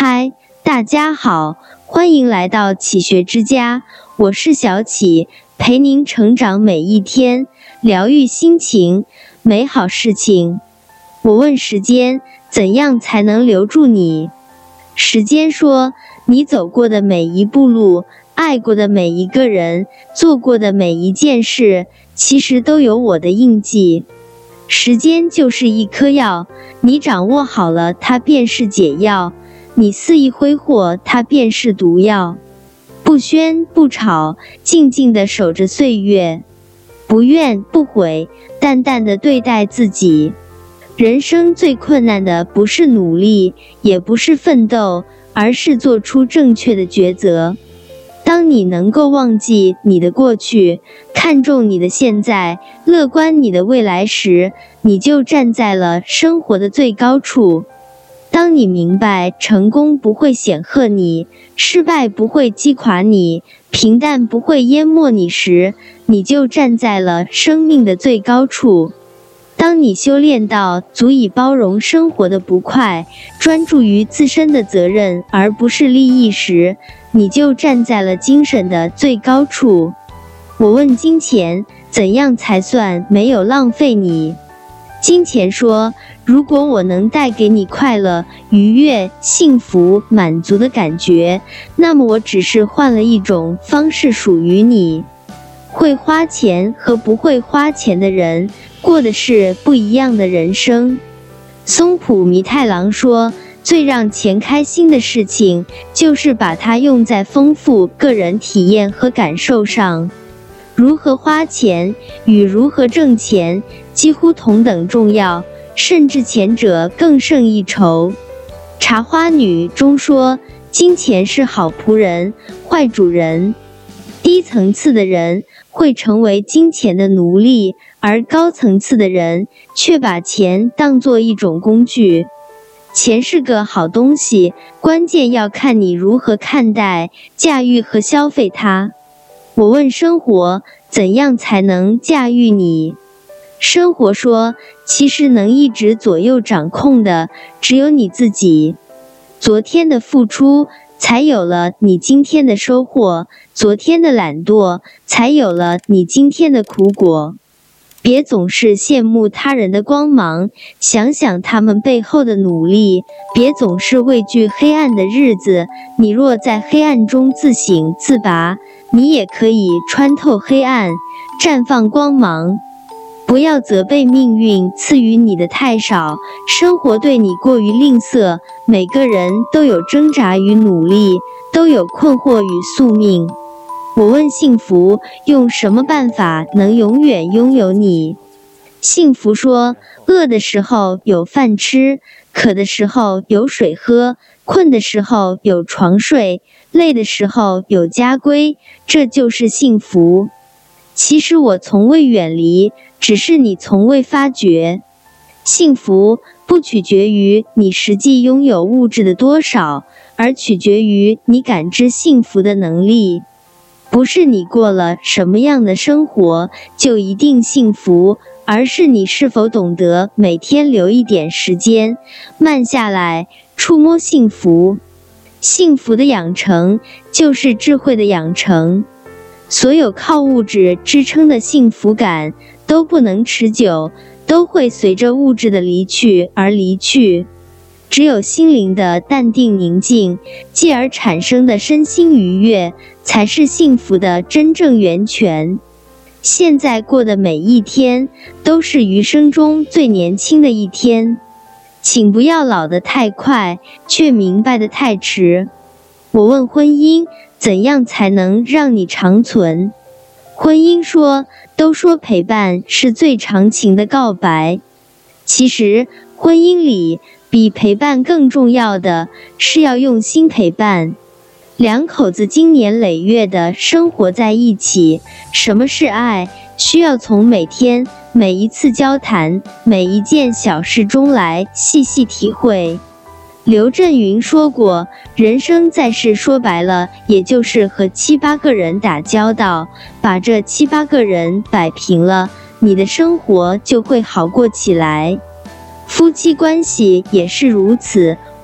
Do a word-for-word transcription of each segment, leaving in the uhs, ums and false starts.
嗨，大家好，欢迎来到启学之家，我是小启，陪您成长每一天，疗愈心情，美好事情。我问时间，怎样才能留住你？时间说，你走过的每一步路，爱过的每一个人，做过的每一件事，其实都有我的印记。时间就是一颗药，你掌握好了，它便是解药；你肆意挥霍，它便是毒药。不喧不吵，静静地守着岁月，不怨不悔，淡淡地对待自己。人生最困难的不是努力，也不是奋斗，而是做出正确的抉择。当你能够忘记你的过去，看重你的现在，乐观你的未来时，你就站在了生活的最高处。当你明白成功不会显赫你，失败不会击垮你，平淡不会淹没你时，你就站在了生命的最高处。当你修炼到足以包容生活的不快，专注于自身的责任而不是利益时，你就站在了精神的最高处。我问金钱，怎样才算没有浪费你？金钱说，如果我能带给你快乐、愉悦、幸福、满足的感觉，那么我只是换了一种方式属于你。会花钱和不会花钱的人，过的是不一样的人生。松浦弥太郎说，最让钱开心的事情，就是把它用在丰富个人体验和感受上。如何花钱与如何挣钱几乎同等重要，甚至前者更胜一筹。茶花女中说，金钱是好仆人，坏主人。低层次的人会成为金钱的奴隶，而高层次的人却把钱当作一种工具。钱是个好东西，关键要看你如何看待、驾驭和消费它。我问生活，怎样才能驾驭你？生活说，其实能一直左右掌控的，只有你自己。昨天的付出，才有了你今天的收获，昨天的懒惰，才有了你今天的苦果。别总是羡慕他人的光芒，想想他们背后的努力。别总是畏惧黑暗的日子，你若在黑暗中自省自拔，你也可以穿透黑暗，绽放光芒。不要责备命运赐予你的太少，生活对你过于吝啬。每个人都有挣扎与努力，都有困惑与宿命。我问幸福，用什么办法能永远拥有你？幸福说，饿的时候有饭吃，渴的时候有水喝，困的时候有床睡，累的时候有家归，这就是幸福。其实我从未远离，只是你从未发觉。幸福不取决于你实际拥有物质的多少，而取决于你感知幸福的能力。不是你过了什么样的生活就一定幸福，而是你是否懂得每天留一点时间，慢下来，触摸幸福。幸福的养成，就是智慧的养成。所有靠物质支撑的幸福感都不能持久，都会随着物质的离去而离去。只有心灵的淡定宁静，继而产生的身心愉悦，才是幸福的真正源泉。现在过的每一天，都是余生中最年轻的一天。请不要老得太快，却明白得太迟。我问婚姻，怎样才能让你长存？婚姻说，都说陪伴是最长情的告白。其实，婚姻里比陪伴更重要的是要用心陪伴。两口子经年累月的生活在一起，什么是爱？需要从每天每一次交谈，每一件小事中来细细体会。刘震云说过，人生在世说白了，也就是和七八个人打交道，把这七八个人摆平了，你的生活就会好过起来。夫妻关系也是如此，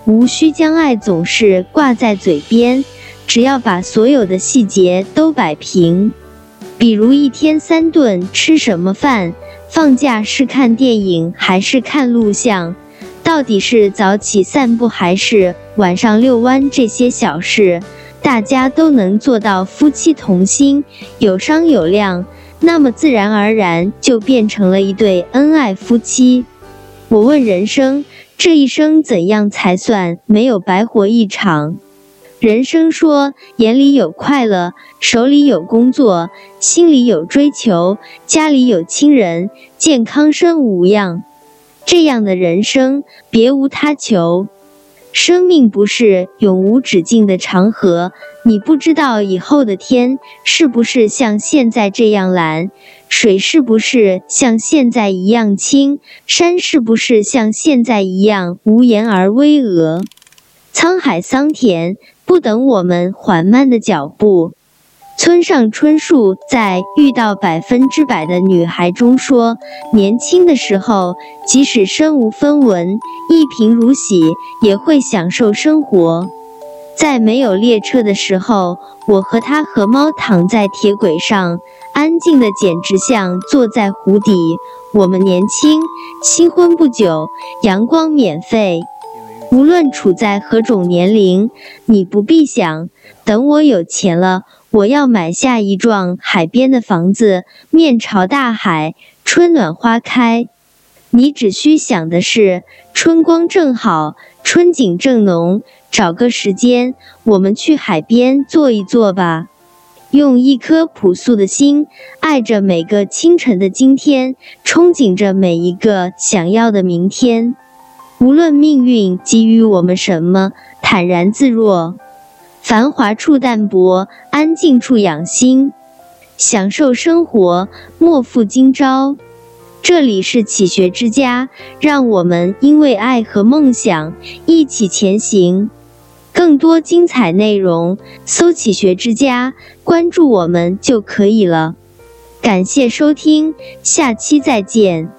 无需将爱总是挂在嘴边，只要把所有的细节都摆平。比如一天三顿吃什么饭，放假是看电影还是看录像，到底是早起散步还是晚上遛弯，这些小事大家都能做到夫妻同心，有商有量，那么自然而然就变成了一对恩爱夫妻。我问人生，这一生怎样才算没有白活一场？人生说，眼里有快乐，手里有工作，心里有追求，家里有亲人，健康身无恙。这样的人生别无他求。生命不是永无止境的长河，你不知道以后的天是不是像现在这样蓝，水是不是像现在一样清，山是不是像现在一样无言而巍峨。沧海桑田，不等我们缓慢的脚步。村上春树在《遇到百分之百的女孩》中说，年轻的时候，即使身无分文，一贫如洗，也会享受生活。在没有列车的时候，我和他和猫躺在铁轨上，安静的简直像坐在湖底。我们年轻，新婚不久，阳光免费。无论处在何种年龄，你不必想，等我有钱了，我要买下一幢海边的房子，面朝大海，春暖花开。你只需想的是，春光正好，春景正浓，找个时间，我们去海边坐一坐吧。用一颗朴素的心，爱着每个清晨的今天，憧憬着每一个想要的明天。无论命运给予我们什么，坦然自若。繁华处淡泊，安静处养心。享受生活，莫负今朝。这里是启学之家，让我们因为爱和梦想一起前行。更多精彩内容，搜启学之家，关注我们就可以了。感谢收听，下期再见。